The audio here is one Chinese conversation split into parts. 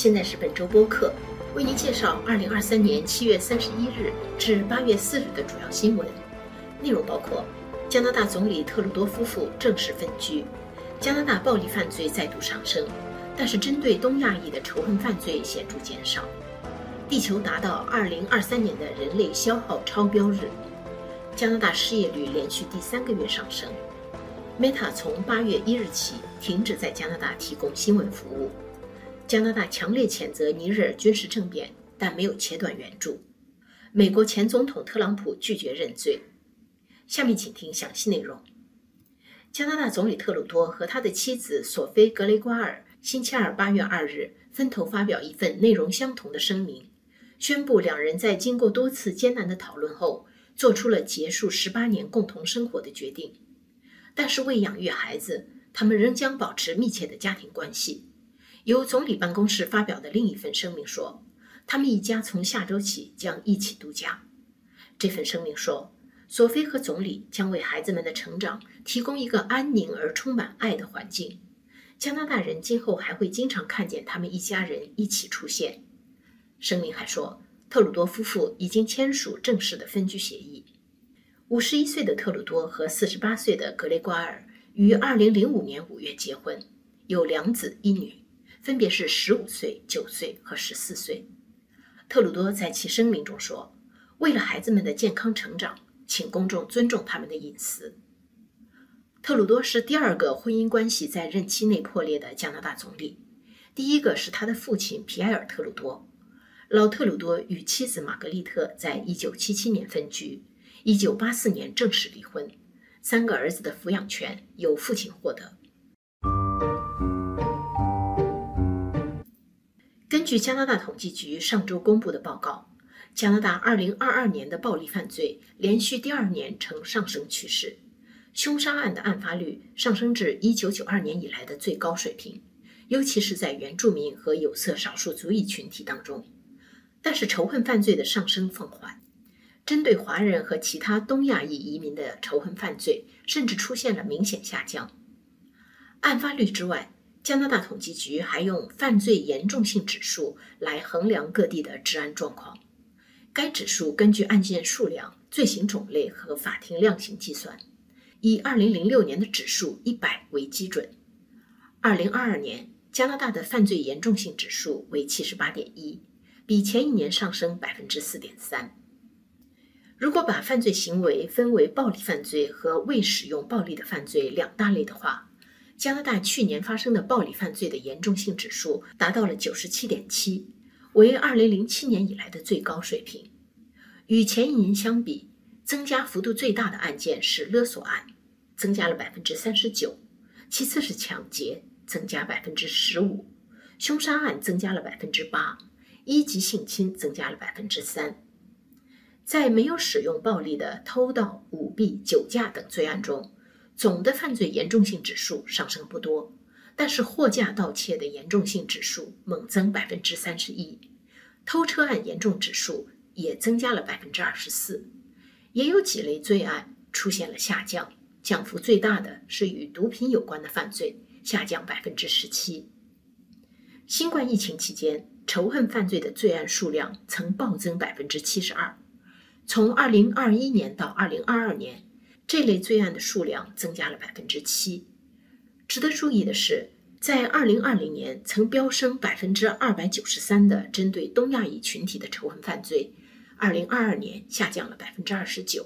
现在是本周播客，为您介绍2023年7月31日至8月4日的主要新闻。内容包括：加拿大总理特鲁多夫妇正式分居；加拿大暴力犯罪再度上升，但是针对东亚裔的仇恨犯罪显著减少；地球达到2023年的人类消耗超标日；加拿大失业率连续第3个月上升；Meta 从8月1日起停止在加拿大提供新闻服务；加拿大强烈谴责尼日尔军事政变，但没有切断援助；美国前总统特朗普拒绝认罪。下面请听详细内容。加拿大总理特鲁多和他的妻子索菲·格雷瓜尔星期二8月2日分头发表一份内容相同的声明，宣布两人在经过多次艰难的讨论后，做出了结束18年共同生活的决定。但是为养育孩子，他们仍将保持密切的家庭关系。由总理办公室发表的另一份声明说，他们一家从下周起将一起度假。这份声明说，索菲和总理将为孩子们的成长提供一个安宁而充满爱的环境。加拿大人今后还会经常看见他们一家人一起出现。声明还说，特鲁多夫妇已经签署正式的分居协议。51岁的特鲁多和48岁的格雷瓜尔于2005年5月结婚，有2子1女，分别是15岁、9岁和14岁。特鲁多在其声明中说，为了孩子们的健康成长，请公众尊重他们的隐私。特鲁多是第2个婚姻关系在任期内破裂的加拿大总理，第一个是他的父亲皮埃尔·特鲁多。老特鲁多与妻子玛格丽特在1977年分居，1984年正式离婚，3个儿子的抚养权由父亲获得。根据加拿大统计局上周公布的报告，加拿大2022年的暴力犯罪连续第2年呈上升趋势，凶杀案的案发率上升至1992年以来的最高水平，尤其是在原住民和有色少数族裔群体当中。但是仇恨犯罪的上升放缓，针对华人和其他东亚裔移民的仇恨犯罪甚至出现了明显下降。案发率之外，加拿大统计局还用犯罪严重性指数来衡量各地的治安状况。该指数根据案件数量、罪行种类和法庭量刑计算，以2006年的指数100为基准。2022年，加拿大的犯罪严重性指数为78.1，比前一年上升 4.3%。如果把犯罪行为分为暴力犯罪和未使用暴力的犯罪2大类的话，加拿大去年发生的暴力犯罪的严重性指数达到了 97.7， 为2007年以来的最高水平。与前一年相比，增加幅度最大的案件是勒索案，增加了 39%， 其次是抢劫，增加 15%， 凶杀案增加了 8%， 一级性侵增加了 3%。在没有使用暴力的偷盗、舞弊、酒驾等罪案中，总的犯罪严重性指数上升不多，但是货架盗窃的严重性指数猛增 31%， 偷车案严重指数也增加了 24%， 也有几类罪案出现了下降，降幅最大的是与毒品有关的犯罪，下降 17%。 新冠疫情期间，仇恨犯罪的罪案数量曾暴增 72%， 从2021年到2022年，这类罪案的数量增加了 7%。 值得注意的是，在2020年曾飙升 293% 的针对东亚裔群体的仇恨犯罪，2022年下降了 29%。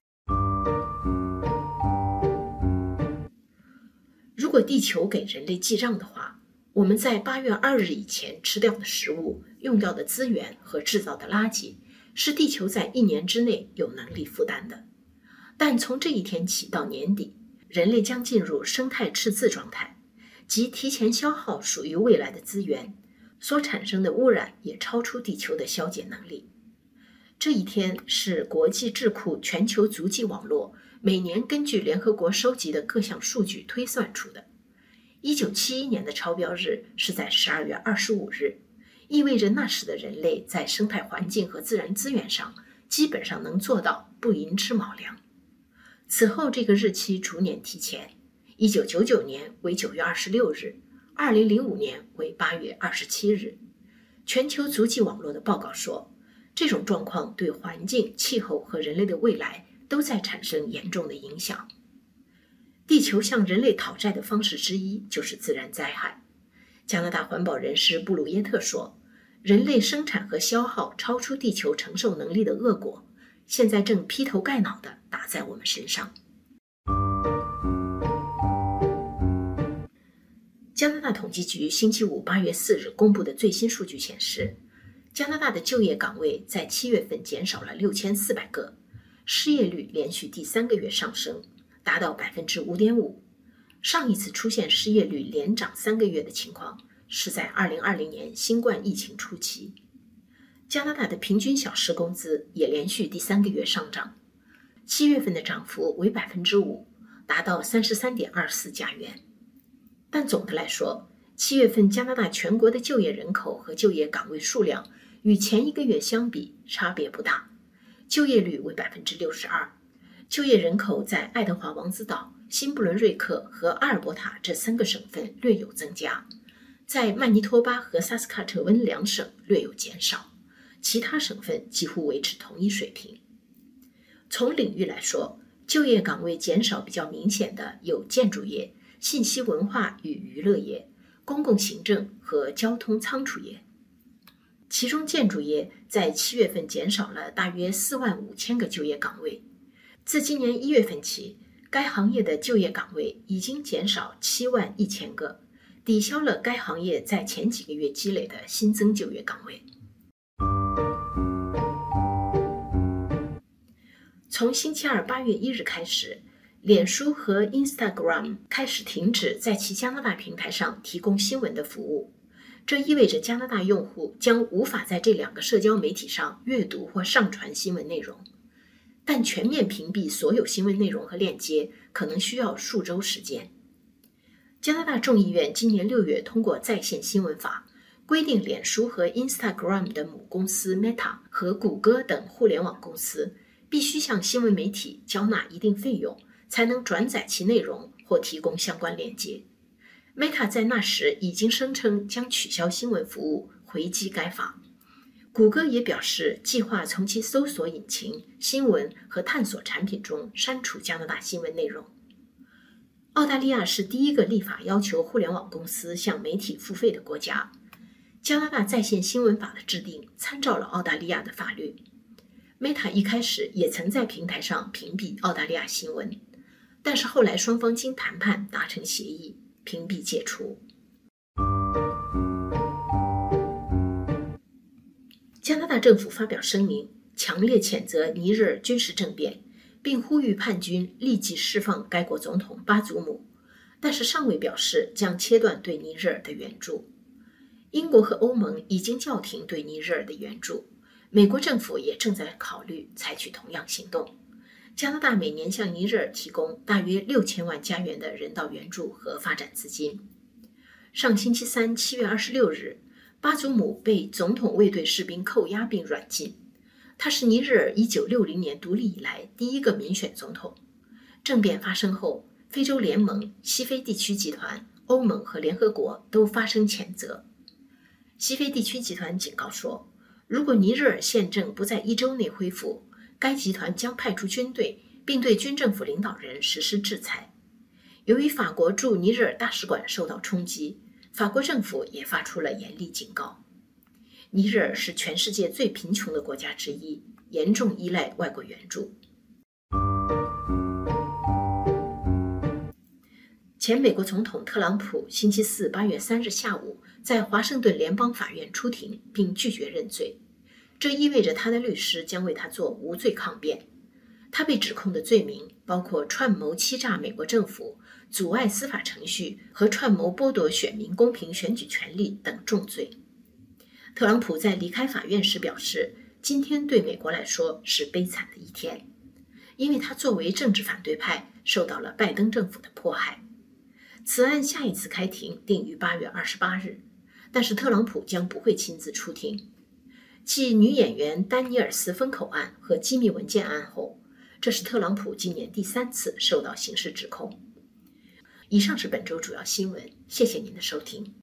如果地球给人类记账的话，我们在8月2日以前吃掉的食物、用掉的资源和制造的垃圾，是地球在1年之内有能力负担的。但从这一天起到年底，人类将进入生态赤字状态，即提前消耗属于未来的资源，所产生的污染也超出地球的消减能力。这一天是国际智库全球足迹网络每年根据联合国收集的各项数据推算出的。1971年的超标日是在12月25日，意味着那时的人类在生态环境和自然资源上基本上能做到不寅吃卯粮。此后这个日期逐年提前，1999年为9月26日，2005年为8月27日全球足迹网络的报告说，这种状况对环境、气候和人类的未来都在产生严重的影响。地球向人类讨债的方式之一就是自然灾害。加拿大环保人士布鲁耶特说，人类生产和消耗超出地球承受能力的恶果，现在正劈头盖脑地打在我们身上。加拿大统计局星期五8月4日公布的最新数据显示，加拿大的就业岗位在7月份减少了6400个，失业率连续第3个月上升，达到 5.5%。上一次出现失业率连涨3个月的情况是在2020年新冠疫情初期。加拿大的平均小时工资也连续第3个月上涨，7月份的涨幅为 5%， 达到 33.24 加元。但总的来说，7月份加拿大全国的就业人口和就业岗位数量与前一个月相比差别不大，就业率为 62%。就业人口在爱德华王子岛、新布伦瑞克和阿尔伯塔这3个省份略有增加，在曼尼托巴和萨斯喀彻温2省略有减少，其他省份几乎维持同一水平。从领域来说，就业岗位减少比较明显的有建筑业、信息文化与娱乐业、公共行政和交通仓储业。其中建筑业在7月份减少了大约45000个就业岗位。自今年1月份起，该行业的就业岗位已经减少71000个，抵消了该行业在前几个月积累的新增就业岗位。从星期二8月1日开始，脸书和 Instagram 开始停止在其加拿大平台上提供新闻的服务，这意味着加拿大用户将无法在这2个社交媒体上阅读或上传新闻内容。但全面屏蔽所有新闻内容和链接可能需要数周时间。加拿大众议院今年6月通过在线新闻法，规定脸书和 Instagram 的母公司 Meta 和谷歌等互联网公司必须向新闻媒体交纳一定费用，才能转载其内容或提供相关链接。Meta 在那时已经声称将取消新闻服务，回击该法。谷歌也表示计划从其搜索引擎、新闻和探索产品中删除加拿大新闻内容。澳大利亚是第一个立法要求互联网公司向媒体付费的国家。加拿大在线新闻法的制定参照了澳大利亚的法律。Meta 一开始也曾在平台上屏蔽澳大利亚新闻，但是后来双方经谈判达成协议，屏蔽解除。加拿大政府发表声明，强烈谴责尼日尔军事政变，并呼吁叛军立即释放该国总统巴祖姆，但是尚未表示将切断对尼日尔的援助。英国和欧盟已经叫停对尼日尔的援助，美国政府也正在考虑采取同样行动。加拿大每年向尼日尔提供大约6000万加元的人道援助和发展资金。上星期三7月26日，巴祖姆被总统卫队士兵扣押并软禁。他是尼日尔1960年独立以来第一个民选总统。政变发生后，非洲联盟、西非地区集团、欧盟和联合国都发声谴责。西非地区集团警告说，如果尼日尔宪政不在1周内恢复，该集团将派出军队，并对军政府领导人实施制裁。由于法国驻尼日尔大使馆受到冲击，法国政府也发出了严厉警告。尼日尔是全世界最贫穷的国家之一，严重依赖外国援助。前美国总统特朗普星期四8月3日下午在华盛顿联邦法院出庭，并拒绝认罪，这意味着他的律师将为他做无罪抗辩。他被指控的罪名包括串谋欺诈美国政府、阻碍司法程序和串谋剥夺选民公平选举权利等重罪。特朗普在离开法院时表示，今天对美国来说是悲惨的一天，因为他作为政治反对派受到了拜登政府的迫害。此案下一次开庭定于8月28日，但是特朗普将不会亲自出庭。继女演员丹尼尔斯封口案和机密文件案后，这是特朗普今年第3次受到刑事指控。以上是本周主要新闻，谢谢您的收听。